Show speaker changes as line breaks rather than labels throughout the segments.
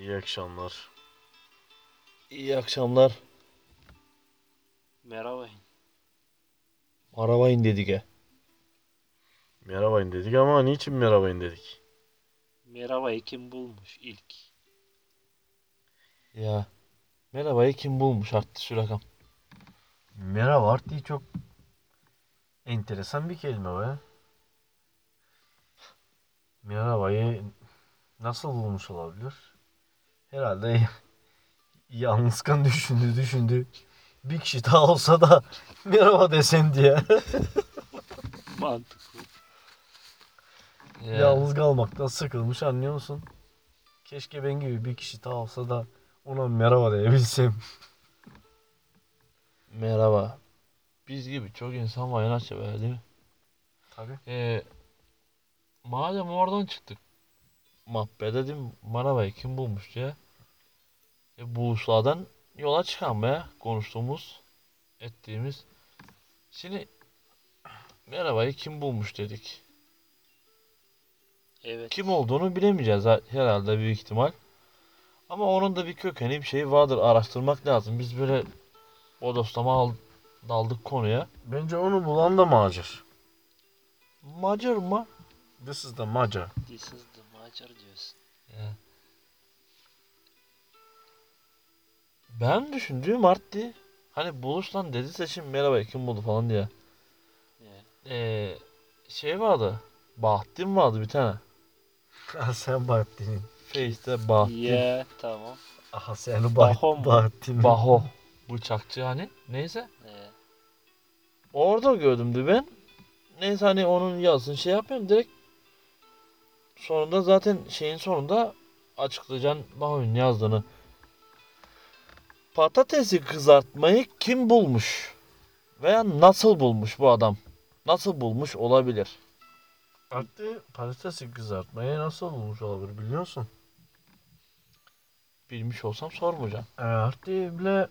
İyi akşamlar.
İyi akşamlar.
Merhaba.
Arabayın dedik he.
Merhabayın dedik ama niçin merhabayın dedik?
Merhaba kim bulmuş ilk?
Ya merhabayı kim bulmuş arttı şu rakam.
Merhaba artık çok enteresan bir kelime o ya. Merhabayı nasıl bulmuş olabilir? Herhalde yalnızken düşündü. Bir kişi daha olsa da merhaba desen diye.
Mantıklı.
Ya,
Yalnız kalmaktan sıkılmış, anlıyor musun? Keşke ben gibi bir kişi daha olsa da ona merhaba diyebilsem.
merhaba. Biz gibi çok insan var inatçı be değil mi?
Tabii.
Madem oradan çıktık. Mahbe dedim merhabayı kim bulmuş diye. Bu usladan yola çıkan be konuştuğumuz ettiğimiz. Şimdi merhabayı kim bulmuş dedik.
Evet.
Kim olduğunu bilemeyeceğiz herhalde büyük ihtimal. Ama onun da bir kökeni bir şey vardır. Araştırmak lazım. Biz böyle bodoslama daldık konuya.
Bence onu bulan da Macar.
Macar mı?
This is the Macar.
This is the Macar diyorsun.
Ya. Ben düşündüğüm arttı. Hani buluş lan dedi seçim merhaba kim buldu falan diye.
Evet.
Şey vardı. Bahattin vardı bir tane.
Sen Bahattin'in.
Face'te Bahattin.
Ya tamam.
Aha sen
Baho mu?
Bahattin'in.
Baho. Bıçakçı hani. Neyse.
Evet.
Orada gördümdü ben. Neyse hani onun yazısını şey yapıyorum direkt. Sonunda zaten şeyin sonunda açıklayacaksın Baho'nun yazdığını. Patatesi kızartmayı kim bulmuş? Veya nasıl bulmuş bu adam? Nasıl bulmuş olabilir?
Artı patatesi kızartmayı nasıl bulmuş olabilir biliyor musun?
Bilmiş olsam sormayacağım.
Artı bile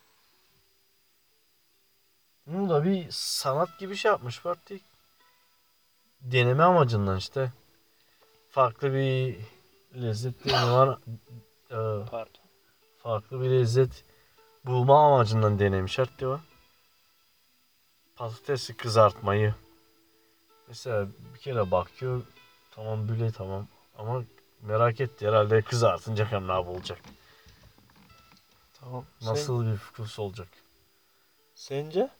bunu da bir sanat gibi şey yapmış artık. Deneme amacından işte. Farklı bir lezzet ne var?
Pardon.
Farklı bir lezzet bulma amacından denemiş artık o. Patatesi kızartmayı. Mesela bir kere bakıyor. Tamam bile tamam. Ama merak etti herhalde kızartınca hem ne olacak?
Tamam.
Nasıl bir fıkıhs olacak?
Sence?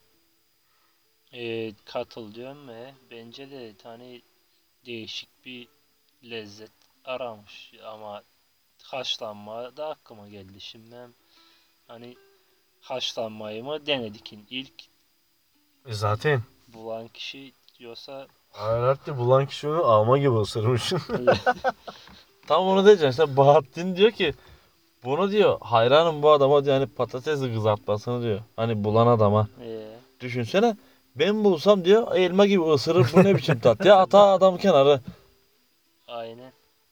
Katılıyorum ve bence de hani değişik bir lezzet aramış ama haşlanma da aklıma geldi. Şimdi ben hani haşlanmayı mı denedik ilk
Zaten.
bulan kişi diyorsa
Herhalde bulan kişi onu alma gibi ısırmış.
Tam onu diyeceğim. İşte Bahattin diyor ki bunu diyor hayranım bu adama diyor hani patatesi kızartmasını diyor. Hani bulan adama. Düşünsene ben bulsam diyor elma gibi ısırır bu ne biçim tat ya ata adam kenarı.
aynen.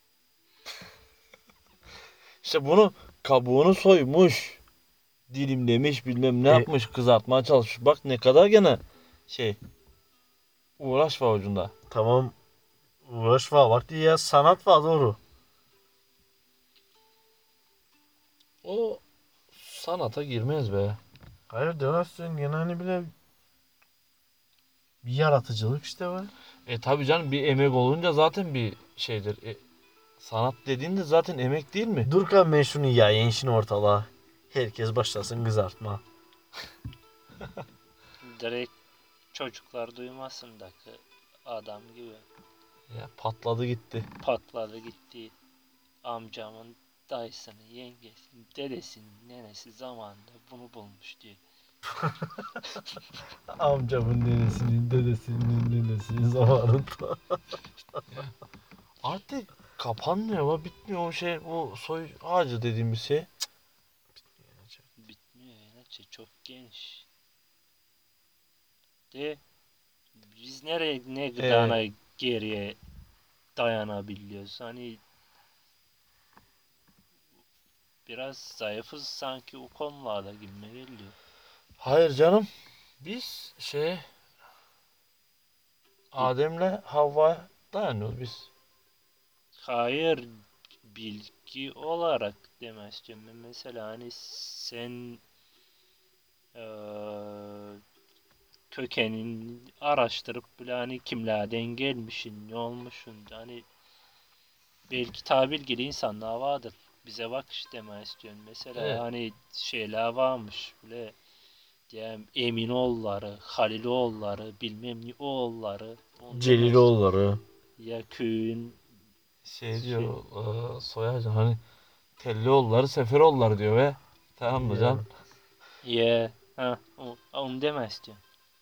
İşte bunu kabuğunu soymuş. Dilimlemiş bilmem ne
E,
yapmış kızartmaya çalışmış. Bak ne kadar gene şey uğraş var ucunda.
tamam uğraş var vakti ya sanat var doğru.
O sanata girmez be.
Hayır demezsin gene hani bile bir yaratıcılık işte var.
Tabi canım bir emek olunca zaten bir şeydir. Sanat dediğinde zaten emek değil mi?
Dur kan ben şunu yayayım şimdi ortalığa. Herkes başlasın kızartma.
Direkt çocuklar duymasın da adam gibi
Ya patladı gitti.
patladı gitti. Amcamın dayısının, yengesinin, dedesinin, nenesi zamanında bunu bulmuş diye.
Amcamın nenesinin dedesinin nenesinin zamanında.
Artık kapanmıyor ama bitmiyor o şey o soy ağacı dediğimiz şey.
Bitmiyor yani çok geniş. De biz nereye ne
Ee,
gıdana geriye dayanabiliyoruz? Hani biraz zayıfız sanki o konularda gibi geliyor.
hayır canım biz şey
Bir,
Adem'le Havva dayanıyoruz biz.
hayır bilgi olarak demek istiyorum. Ben mesela hani sen kökenini araştırıp bile hani kimlerden gelmişsin, ne olmuşsun hani belki ta bilgili insanlar vardır. Bize bak işte demek istiyorum. Mesela
Evet.
hani şeyler varmış bile diyelim Eminoğulları, Haliloğulları, bilmem ne oğulları. Onu demek istiyorum.
Celiloğulları.
Ya köyün
Şey
şey
diyor soy ağacı hani Tellioğulları Seferoğulları diyor ve tamam mı
Yani.
can?
ya ha onu demek istiyorum.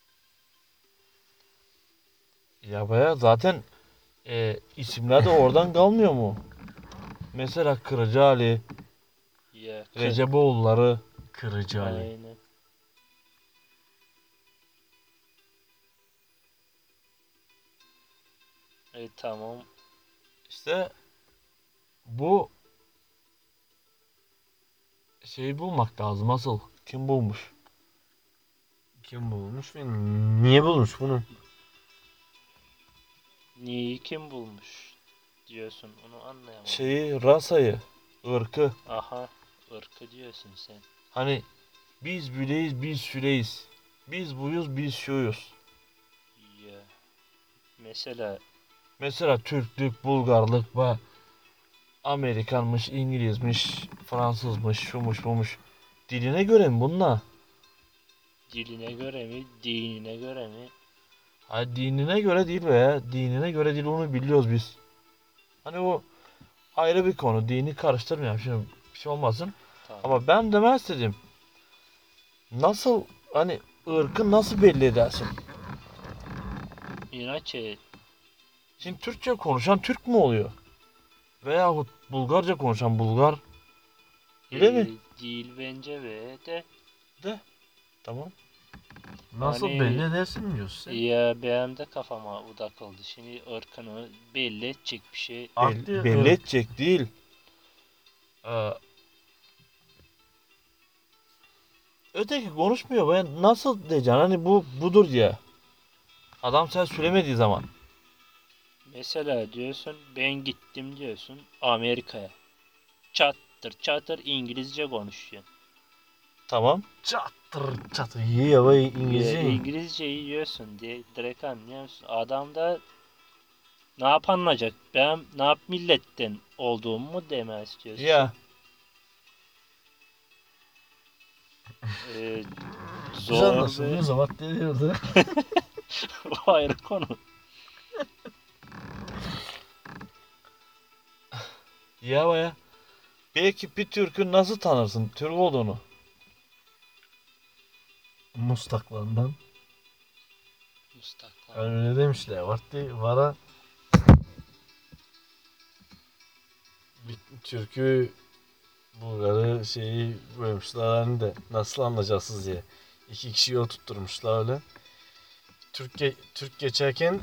Ya baya zaten isimler de oradan kalmıyor mu? Mesela Kırıcı Ali,
Ya
Receboğulları.
Kırıcı Ali.
aynen. Tamam.
İşte bu şeyi bulmak lazım asıl. Kim bulmuş?
Kim bulmuş ve niye bulmuş bunu?
Neyi kim bulmuş diyorsun onu anlayamadım.
Şeyi, rasayı, ırkı.
Aha ırkı diyorsun sen.
Hani biz büleyiz, biz süreyiz. Biz buyuz, biz şuyuz.
Ya mesela
Mesela Türklük, Bulgarlık ve Amerikanmış, İngilizmiş, Fransızmış, şumuş bumuş. Diline göre mi bunlar?
diline göre mi, dinine göre mi?
Ha dinine göre değil be ya. Dinine göre değil onu biliyoruz biz. Hani o ayrı bir konu. Dini karıştırmayalım şimdi bir şey olmasın.
Tamam.
Ama ben demek istedim. Nasıl hani ırkı nasıl belli edersin?
İnaçe
Şimdi Türkçe konuşan Türk mü oluyor? Veyahut Bulgarca konuşan Bulgar. Öyle mi?
değil bence ve de
De. Tamam.
Nasıl belli
hani
edersin diyorsun sen?
ya benim de kafama odak oldu. Şimdi ırkını belli edecek bir şey.
Aklı
Belli
ırk.
edecek değil. Ee, öteki konuşmuyor. Ben nasıl diyeceksin? Hani bu budur diye. Adam sen söylemediği zaman.
Mesela diyorsun ben gittim diyorsun Amerika'ya. Çattır çatır İngilizce konuşuyorsun.
Tamam.
Çattır çatır. İyi ya vay
Ya
İngilizce.
İngilizceyi yiyorsun diye direkt anlıyor musun? Adam da ne yapanacak? Ben ne yap milletten olduğumu mu demeye istiyorsun?
Ya.
Ee,
Güzel
zor ve
anlaşılıyor zavat diyordu.
o ayrı konu.
Ya baya. Belki bir Türk'ü nasıl tanırsın? Türk olduğunu.
Mustaklarından.
Mustakla.
Yani öyle demişler. Vardı vara bir türkü Bulgarı şeyi koymuşlar hani de nasıl anlayacaksınız diye. İki kişiyi oturtturmuşlar öyle. Türk geçerken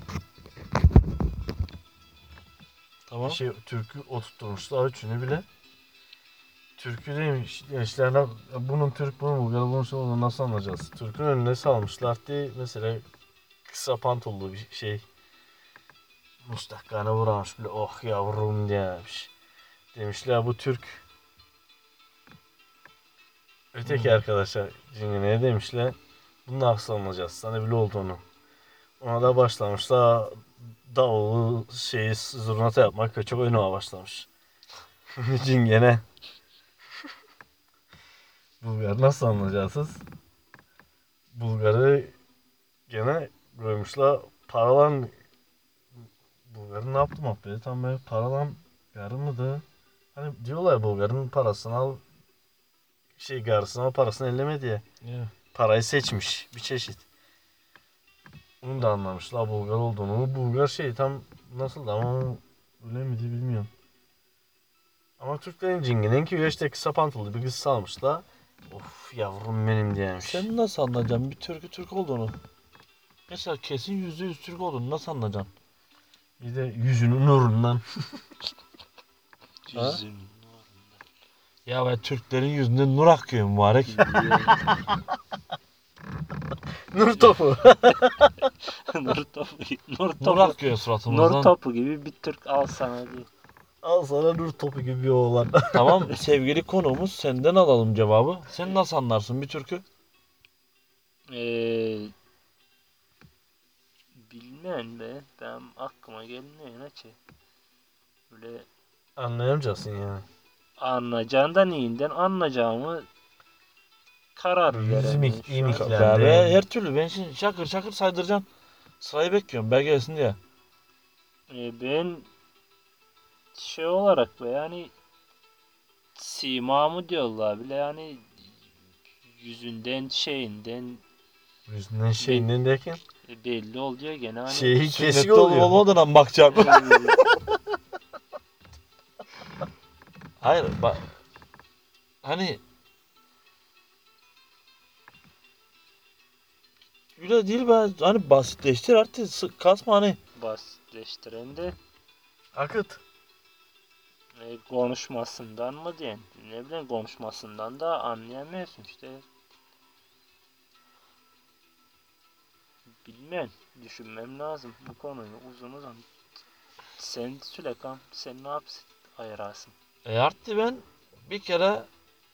Tamam.
türkü oturtturmuşlar üçünü bile. Türkü demiş gençlerine bunun Türk bunun Bulgar bunun şey olduğunu nasıl anlayacağız? Türk'ün önüne salmışlar diye mesela kısa pantollu bir şey. Mustakkan'a vurmuş bile oh yavrum demiş. Demişler bu Türk. Öteki arkadaşlar ne demişler? Bunun nasıl anlayacağız? Sana bile olduğunu. Ona da başlamışlar davulu şeyi zurnata yapmak köçek oyunu başlamış. Cingene. Bulgar nasıl anlayacaksınız? Bulgar'ı gene koymuşlar. Paralan Bulgar'ın ne yaptı muhabbeti? Tam böyle paralan garı mıydı? Hani diyorlar ya Bulgar'ın parasını al şey garısını al parasını elleme diye.
Ya.
Parayı seçmiş bir çeşit. Bunu da anlamışlar Bulgar olduğunu. Bulgar şey tam nasıl ama öyle miydi bilmiyorum. Ama Türklerin cinginin ki işte kısa pantollu bir kız salmışlar. Of yavrum benim diyemiş.
Sen nasıl anlayacaksın bir Türk'ü Türk olduğunu? Mesela kesin %100 Türk olduğunu nasıl anlayacaksın?
Bir de yüzünün nurundan.
Ha?
Yüzüm.
Ya ben Türklerin yüzünden nur akıyor mübarek.
Nur topu.
Nur topu. Nur
Nur
topu.
akıyor
Nur
suratımızdan.
topu gibi bir Türk al sana diye.
Al sana nur topu gibi bir oğlan.
Tamam sevgili konuğumuz senden alalım cevabı. Sen nasıl anlarsın bir türkü?
Bilmem be. Ben aklıma gelmiyor ne ki. Böyle
Anlayamayacaksın yani.
anlayacağından iyinden anlayacağımı karar veremiyorum şu an.
imikler.
Be, her türlü ben şimdi şakır şakır saydıracağım. Sırayı bekliyorum belgelesin diye.
Ben şey olarak be yani simamı diyorlar bile yani yüzünden şeyinden
Yüzünden şeyinden derken
belli oluyor gene hani.
şeyi kesik
Sünnette olup
oluyor.
olmadığına mı bakacaksın? Hayır bak. Hani öyle değil be. Hani basitleştir artık. Kasma hani.
Basitleştiren de
Akıt.
konuşmasından mı diyen? Ne bileyim konuşmasından da anlayamıyorsun işte. Bilmem. Düşünmem lazım bu konuyu uzun uzun. Sen Süleyman, sen ne yapsın? Ayırarsın.
Artık ben bir kere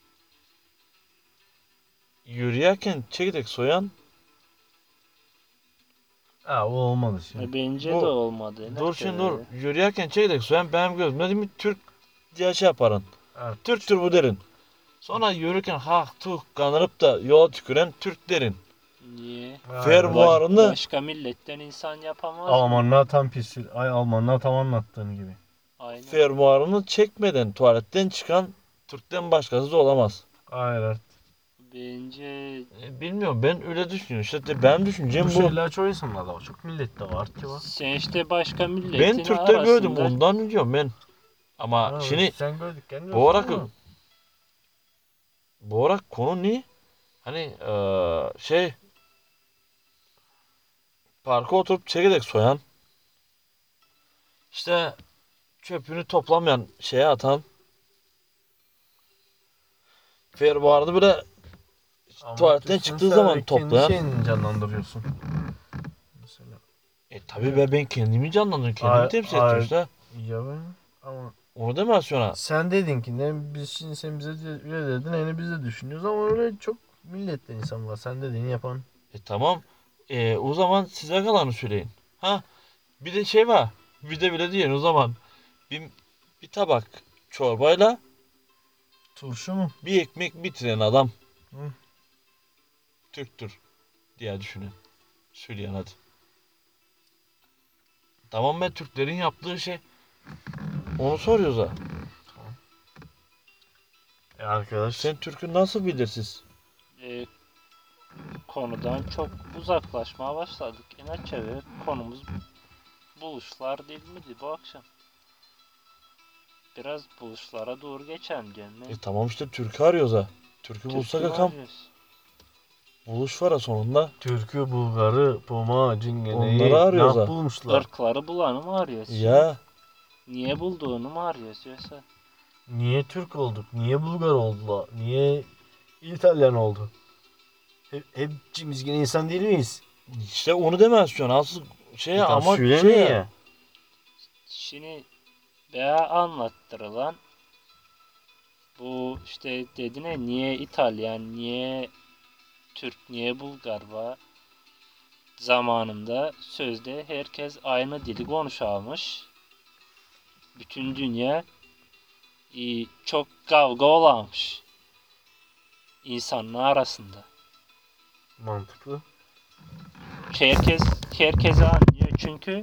yürüyerken çekirdek soyan
Ha o olmadı şimdi.
Bence
Bu-
de olmadı.
dur şimdi dur. Yürüyerken çekirdek soyan benim gözümde değil mi Türk diye şey yaparın.
Evet.
Türktür bu derin. Sonra yürürken hak tuh kanırıp da yola tüküren Türk derin.
Niye?
Fermuarını
Başka milletten insan yapamaz mı?
Almanlar tam pis. Ay Almanlar tam anlattığın gibi.
Aynen.
fermuarını çekmeden tuvaletten çıkan Türk'ten başkası da olamaz.
Hayır evet.
Bence
Bilmiyorum ben öyle düşünüyorum. İşte benim düşüncem
Bu
bu.
şeyler çok insanlarda var. Çok millette var ki var.
sen işte başka milletin
Ben Türk'te
arasında
gördüm ondan diyorum ben. Ama
Ha,
şimdi
sen gördüklerini
bu ara
diyorsun ama
bu ara konu ne? Hani şey parka oturup çekirdek soyan işte çöpünü toplamayan şeye atan fermuarını bile
ama
tuvaletten
Türksün
çıktığı
sen
zaman
ve
toplayan.
kendi şeyini canlandırıyorsun. Mesela.
Tabii be ben kendimi canlandırıyorum. Kendimi temsil ediyorum işte.
Ya ben ama
Onu demez sonra.
sen dedin ki ne biz şimdi sen bize öyle dedin yani biz de düşünüyoruz ama öyle çok milletten insan var. Sen dediğini yapan.
Tamam. O zaman size kalanı söyleyin. Ha bir de şey var. Bir de bile diyin o zaman. Bir tabak çorbayla
Turşu mu?
bir ekmek bitiren adam.
Hı.
Türktür diye düşünün. Söyleyen hadi. Tamam be Türklerin yaptığı şey. Onu soruyoruz ha.
Arkadaş.
Sen Türk'ü nasıl bilirsiz?
konudan çok uzaklaşmaya başladık. İnaçça ve konumuz buluşlar değil miydi bu akşam? Biraz buluşlara doğru geçelim diyorum ben.
Tamam işte Türk'ü arıyoruz ha. Türk'ü bulsak
Türk'ü
akam.
arıyoruz.
Buluş var ha sonunda.
Türkü, Bulgarı, Poma, Cingene'yi
Onları arıyoruz ha.
bulmuşlar.
Irkları bulanı mı arıyoruz?
Ya.
Niye bulduğunu mu arıyoruz yoksa?
Niye Türk olduk? Niye Bulgar oldular? Niye İtalyan oldu? Hepimiz yine insan değil miyiz?
İşte onu demez şu an. Asıl şey
Tam
ama
söylemiyor
şey
ya.
Şimdi veya anlattırılan bu işte dediğine niye İtalyan, niye Türk, niye Bulgar var? Zamanında sözde herkes aynı dili konuşarmış. Bütün dünya çok kavga olarmış insanlar arasında.
Mantıklı.
Herkes anlıyor çünkü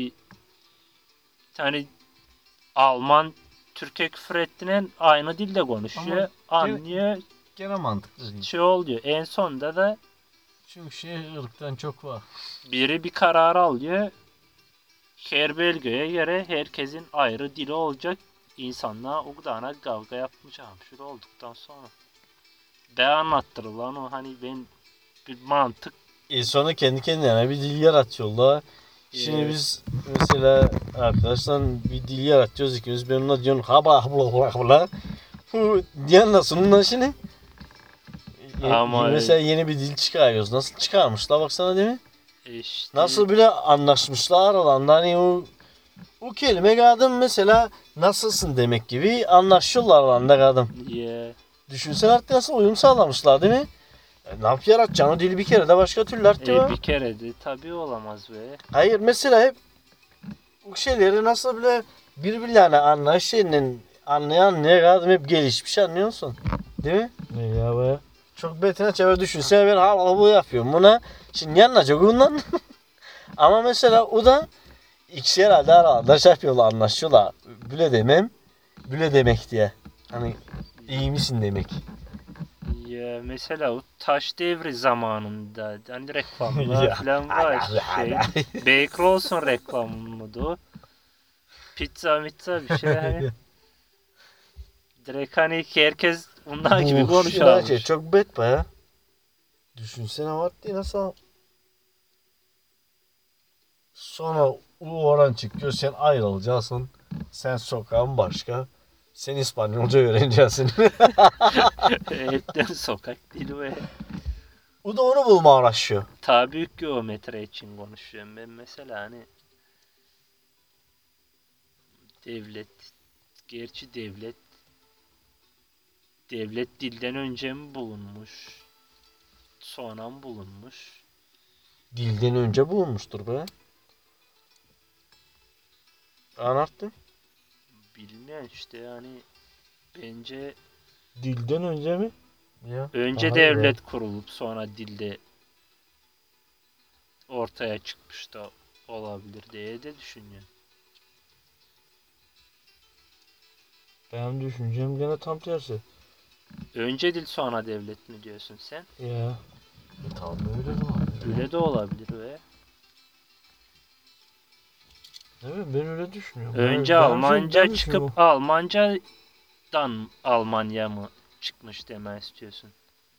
hani Alman Türk'e küfür ettiğinin aynı dilde konuşuyor. Anlıyor.
Gene mantıklı değil.
Şey oluyor. En sonunda da
Çünkü ırktan çok var.
biri bir karar alıyor. Her bölgeye göre herkesin ayrı dili olacak. İnsanlar o kadar kavga yapmayacağım. Şöyle olduktan sonra. Ben anlattırılan o hani ben bir mantık.
Sonra kendi kendine bir dil yaratıyorlar. Şimdi
Evet.
biz mesela arkadaşlar bir dil yaratıyoruz ikimiz. Ben ona diyorum haba habla habla. Bu diyen nasıl ondan şimdi?
Ama
Mesela yeni bir dil çıkarıyoruz. Nasıl çıkarmışlar baksana değil mi?
işte
Nasıl bile anlaşmışlar aralarında. Hani o kelime kadın mesela nasılsın demek gibi anlaşıyorlar lan ne kadın.
Yeah.
Düşünsene artık nasıl uyum sağlamışlar değil mi? Ne yapıyor Arapçanı o dili bir kere de başka türlü artık
Bir kere de tabii olamaz be.
Hayır mesela hep bu şeyleri nasıl bile birbirlerine anlayışıyla anlaya kadın hep gelişmiş anlıyor musun? Değil mi?
Ne ya be?
Çok betine çevre düşünsene ben hala bu yapıyorum buna. Şimdi yanılacak ondan. Ama mesela o da ikisi herhalde aralarında şey yapıyorlar anlaşıyorlar. Büle demem. Büle demek diye. Hani iyi misin demek.
Ya mesela o taş devri zamanında hani reklamlar
Ya.
falan var Bake Rolls'un reklamıydı o. Pizza bir şey hani. Direkt hani herkes bunlar gibi
Bu
konuşuyormuş.
şey çok bet baya. Düşünsene var diye nasıl. Sonra o oran çıkıyor sen ayrılacaksın. Sen sokağın başka. Sen İspanyolca öğreneceksin.
Hepten sokak dili ve
O da onu bulma uğraşıyor.
ta büyük geometri için konuşuyorum ben mesela hani devlet gerçi devlet dilden önce mi bulunmuş sonra mı bulunmuş
Dilden önce bulunmuştur be. Anlattın.
bilmiyorum işte yani bence
Dilden önce mi?
Ya.
önce
Hayır
devlet kurulup sonra dilde ortaya çıkmış da olabilir diye de düşünüyorum.
Benim düşüncem gene tam tersi.
Önce dil sonra devlet mi diyorsun sen?
Ya.
Tamam öyle mi?
Öyle de olabilir ve
Evet ben öyle düşünüyorum.
önce Almanca çıkıp Almancadan Almanya mı çıkmış demek istiyorsun?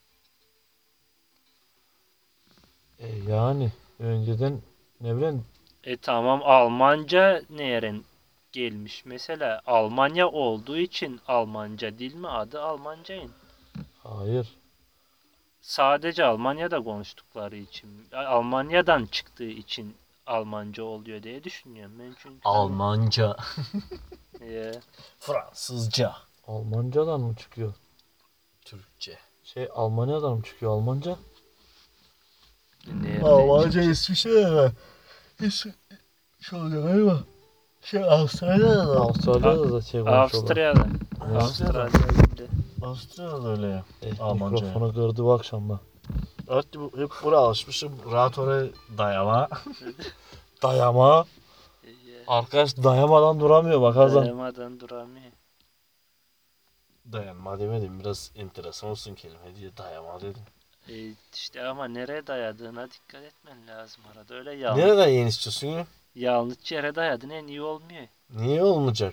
Yani önceden ne bileyim
Tamam Almanca nereden gelmiş? Mesela Almanya olduğu için Almanca dil mi adı Almancayın?
hayır.
Sadece Almanya'da konuştukları için Almanya'dan çıktığı için Almanca oluyor diye düşünüyorum ben çünkü
Almanca.
hani,
Fransızca.
Almancadan mı çıkıyor?
Türkçe.
Almanya'dan mı çıkıyor Almanca?
nereden
Almanca
çıkacak?
İsviçre'de mi? Hiç şey oluyor galiba. Avustralya'da da.
Avustralya'da da şey konuşuyorlar.
Avustralya'da.
Avustralya'da.
Avustralya'da.
Avustralya'da öyle ya. Almanca.
Mikrofonu kırdı bu akşam bak.
Evet hep buraya alışmışım. Rahat oraya dayama.
Dayama. Arkadaş dayamadan duramıyor bak Hazan.
Dayamadan duramıyor.
Dayanma demedim. Biraz enteresan olsun kelime diye dayama dedim.
İşte ama nereye dayadığına dikkat etmen lazım arada. Öyle yanlış,
Nereden yeni istiyorsun ya?
yanlış yere dayadın en iyi olmuyor.
Niye olmayacak?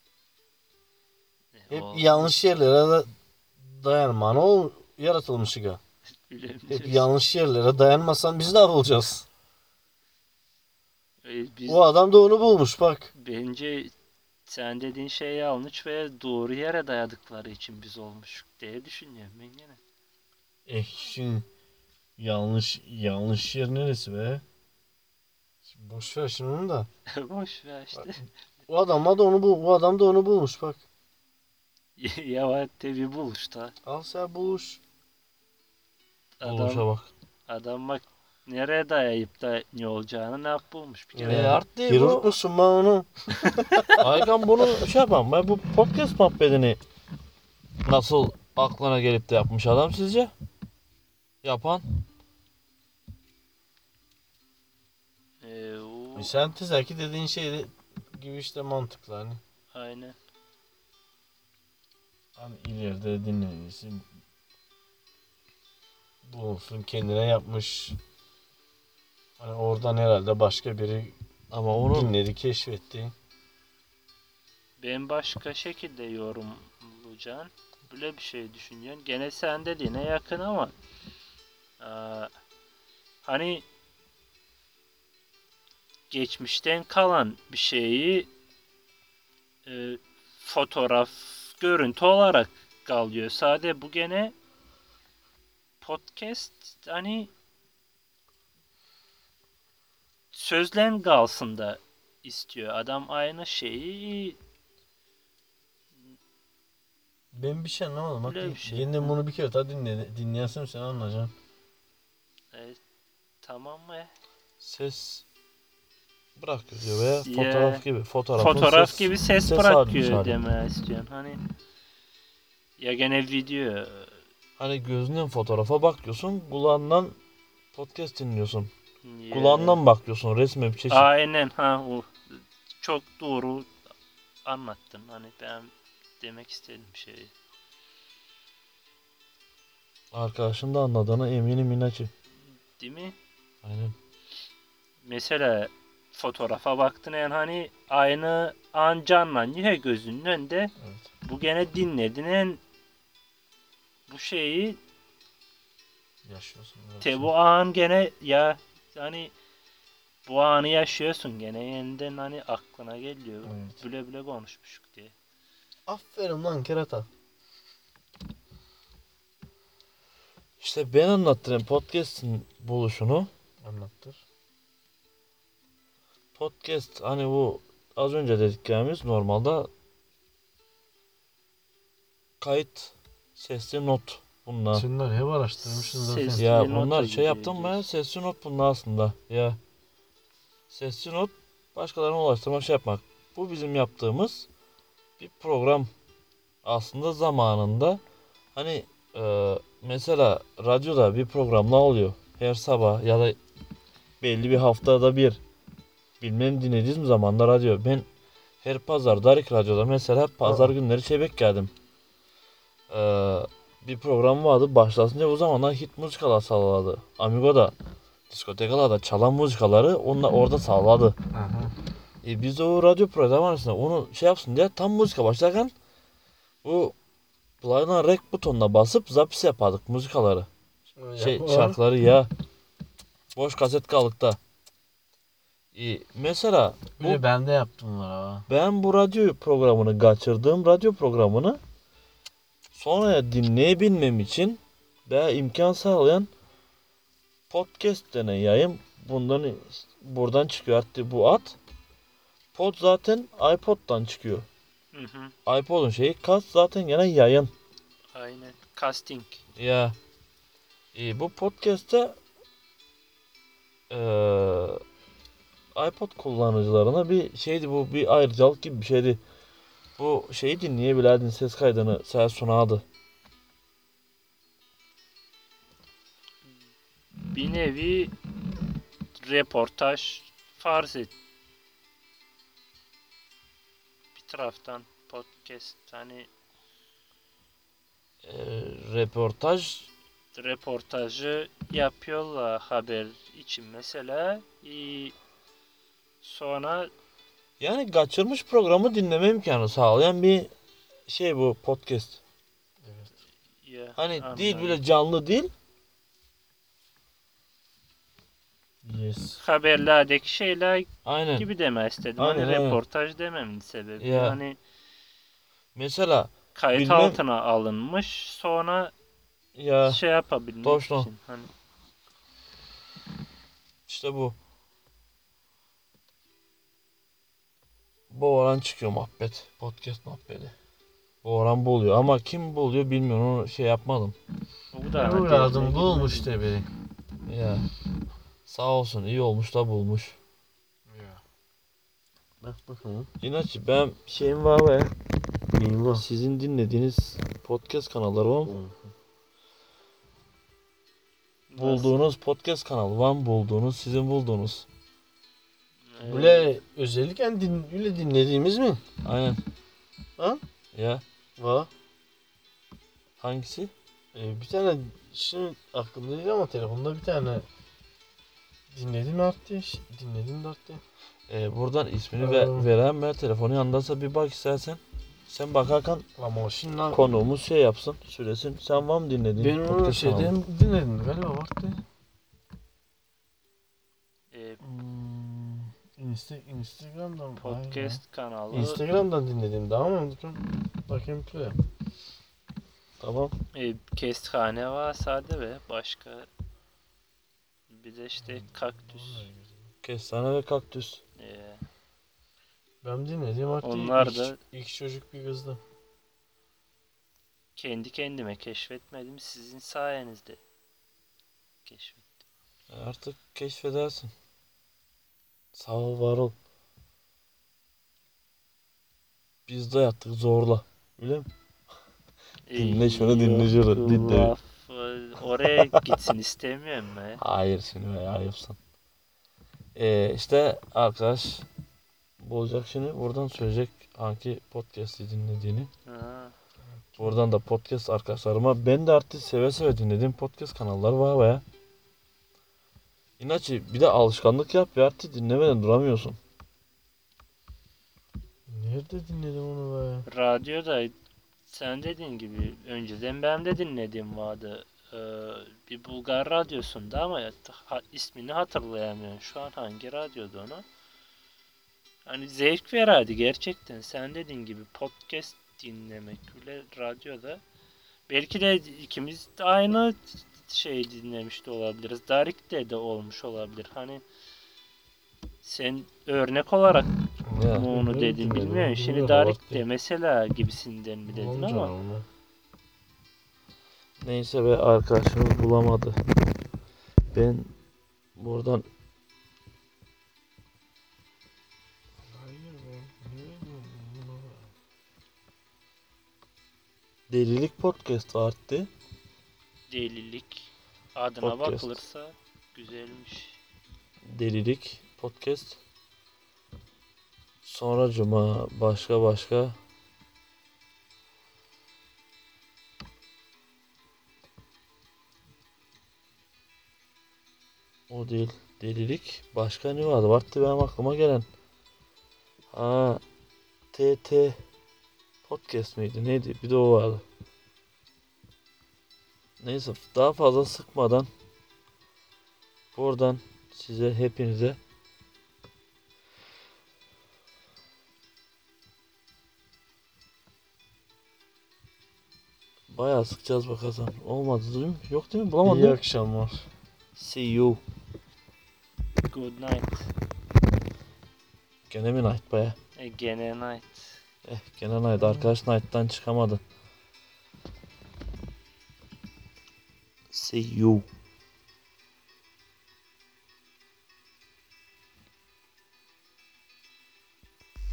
Hep
Olmuyor.
yanlış yerlere dayanma. Ne yaratılmış ya.
Bilemiyoruz.
Hep yanlış yerlere dayanmasan biz ne yapacağız?
Biz,
O adam da onu bulmuş bak.
bence sen dediğin şey yanlış ve doğru yere dayadıkları için biz olmuş diye düşünüyorum ben gene.
Şimdi yanlış yer neresi be? Şimdi boş ver şimdi onu da.
Boş ver işte.
O adam da onu bulmuş bak.
Yavaşta bir buluşta.
Al sen buluş.
Oluşa bak.
Adam bak nereye dayayıp da ne olacağını ne yap bulmuş bir kere.
Art değil
Kirurg
bu.
musun ben onu?
Aykan bunu şey yapalım. Ben bu podcast muhabbetini nasıl aklına gelip de yapmış adam sizce? Yapan?
O,
Sentez ki dediğin şey gibi işte mantıklı hani.
aynen.
Hani ileride dinlenirse bulunsun kendine yapmış. Hani oradan herhalde başka biri
Ama onu
dinledi, keşfetti.
Ben başka şekilde yorumlayacağım. Böyle bir şey düşünüyorsun. Gene sen dediğine yakın ama hani geçmişten kalan bir şeyi fotoğraf, görüntü olarak kalıyor. Sade bu gene podcast hani sözlen kalsın da istiyor. Adam aynı şeyi
Ben bir şey anlamadım. Bak,
Öyle bir şey.
yeniden bunu bir kere daha dinleyesin sen anlayacaksın.
Tamam mı?
Ses bırakıyor diyor veya
Ya,
fotoğraf gibi. Fotoğrafın
Fotoğraf gibi ses bırakıyor
hali.
demeye istiyorsun. Hani ya gene video.
Hani gözünden fotoğrafa bakıyorsun, kulağından podcast dinliyorsun.
Ya,
Kulağından bakıyorsun, resme bir çeşit.
aynen ha, o çok doğru anlattın. Hani ben demek istediğim şey.
Arkadaşın da anladığına eminim inacı.
Değil mi?
Aynen.
Mesela fotoğrafa baktın yani hani aynı an canlanıyor ya gözünün önünde.
Evet.
Bu gene dinledin bu şeyi
Yaşıyorsun.
bu an gene ya hani bu anı yaşıyorsun gene yeniden hani aklına geliyor.
Evet.
Bile bile konuşmuştuk diye.
Aferin lan kerata.
İşte ben anlattım podcast'in buluşunu.
Anlattır.
Podcast hani bu az önce dediklerimiz normalde kayıt, sesli not bunlar.
Şunlar hep araştırmışsın zaten.
Sesli
Ya
nota
bunlar
gibi
şey yaptım mı
diyorsun.
sesli not bunlar aslında. Ya sesli not başkalarına ulaştırmak şey yapmak. Bu bizim yaptığımız bir program aslında zamanında hani mesela radyoda bir program ne oluyor? Her sabah ya da belli bir haftada bir bilmem dinlediğiniz mi zamanda radyo. Ben her pazar Darik Radyo'da mesela pazar günleri çebek geldim. Bir program vardı başlasınca o zamanlar hit müzikalar sağladı. Amigo'da diskotekalarda çalan müzikaları onlar orada sağladı.
Aha.
Biz de o radyo programı arasında onu şey yapsın diye tam müzika başlarken bu play'dan rec butonuna basıp zapis yapardık müzikaları. Şarkıları ya boş kaset kalıkta. Mesela
Bir de ben de yaptım bunları ha.
ben bu radyo programını kaçırdığım radyo programını sonra dinleyebilmem için daha imkan sağlayan podcast denen yayın buradan çıkıyor. Hatta bu at pod zaten iPod'dan çıkıyor.
Hı hı.
iPod'un şeyi kas zaten gene yayın.
Aynen. Casting.
Ya bu podcast'te iPod kullanıcılarına bir şeydi bu bir ayrıcalık gibi bir şeydi. Bu şeyi dinleyebilirdin ses kaydını sen sunardı.
Bir nevi reportaj farz et. Bir taraftan podcast hani
Reportaj
reportajı yapıyorlar haber için mesela. Sonra
yani kaçırmış programı dinleme imkanı sağlayan bir şey bu podcast.
Evet.
ya,
Hani değil
anladım.
bile canlı değil.
Yes.
Haberlerdeki şeyler
Aynen.
gibi deme istedim.
Aynen,
Hani
aynen.
reportaj dememin sebebi.
Ya.
Hani
Mesela
kayıt
bilmem
altına alınmış sonra
ya
şey yapabilmek
Doğru.
için. Hani
işte bu. Bu oran çıkıyor muhabbet. Podcast muhabbeti. Bu oran buluyor ama kim buluyor bilmiyorum onu şey yapmadım.
bu da
Bu lazım bulmuş de beni.
Ya sağ olsun iyi olmuş da bulmuş.
Ya. Bak bakalım.
İnaççı ben şeyim var ve
Neyim var?
sizin dinlediğiniz podcast kanalları var mı? Bulduğunuz podcast kanalı var mı? Bulduğunuz sizin bulduğunuz.
Böyle özellikle öyle dinlediğimiz mi?
Aynen.
Ha?
Ya
Var.
hangisi?
Bir tane şimdi aklımda değil ama telefonda bir tane dinledim arttı. Dinledim de arttı.
Buradan ismini
Aa.
veren ve telefonu yanındaysa bir bak istersen. Sen bakarken
Ama şimdi
konuğumuz şey yapsın, söylesin. Sen var mı dinlediğin
ben onu
podcast kanalı?
şeyden dinledim galiba arttı. Instagram'dan mı?
podcast kanalı
Instagram'dan dinledim daha mı unuttum. Bakayım şuraya.
Tamam.
Kestane var sade ve başka bir de işte kaktüs.
Kestane ve kaktüs.
Ben dinledim arttı.
Onlar da
İlk çocuk bir kızdı.
kendi kendime keşfetmedim. Sizin sayenizde keşfettim.
Artık keşfedersin. Sağ ol, var ol. Biz de yaptık zorla. Öyle mi? Dinle şunu, dinle şunu,
Yok,
dinle.
laf, oraya gitsin istemiyorum ben.
Hayır, şimdi be, ayıpsın. İşte arkadaş bulacak şimdi. Buradan söyleyecek hangi podcast'i dinlediğini.
Ha,
Buradan da podcast arkadaşlarıma, ben de artık seve seve dinlediğim podcast kanalları var baya. İnaçı bir de alışkanlık yap ya, artık dinlemeden duramıyorsun.
Nerede dinledim onu be?
radyoda sen dediğin gibi önceden ben de dinlediğim vardı. Bir Bulgar radyosunda ama ismini hatırlayamıyorum. Şu an hangi radyoda onu? Hani zevk verirdi gerçekten. Sen dediğin gibi podcast dinlemek bile radyoda. Belki de ikimiz de aynı şey dinlemiş de olabiliriz. Darik'te de olmuş olabilir. Hani sen örnek olarak
Ya.
mı onu
Ne
dedin
dinledim,
bilmiyorum. Şimdi
bilmiyorum,
Darik'te
vakti.
mesela gibisinden mi dedin
Amca
ama
onu.
Neyse be, arkadaşımız bulamadı. Ben buradan
Hayır be. Nerede bunu be?
Delilik Podcast vardı.
delilik adına
Podcast.
bakılırsa güzelmiş.
Delilik Podcast. Sonra cuma başka. O değil. Delilik. Başka ne vardı? Vardı benim aklıma gelen. Ha, TT Podcast mıydı? Neydi? Bir de o vardı. Neyse, daha fazla sıkmadan buradan size, hepinize bayağı sıkacağız bakalım. Olmadı değil mi? Yok değil mi? Bulamadım.
İyi
Değil mi?
akşamlar.
See you.
Good night.
Gene mi night baya?
Gene night.
Gene night. Arkadaş night'tan çıkamadı. See you.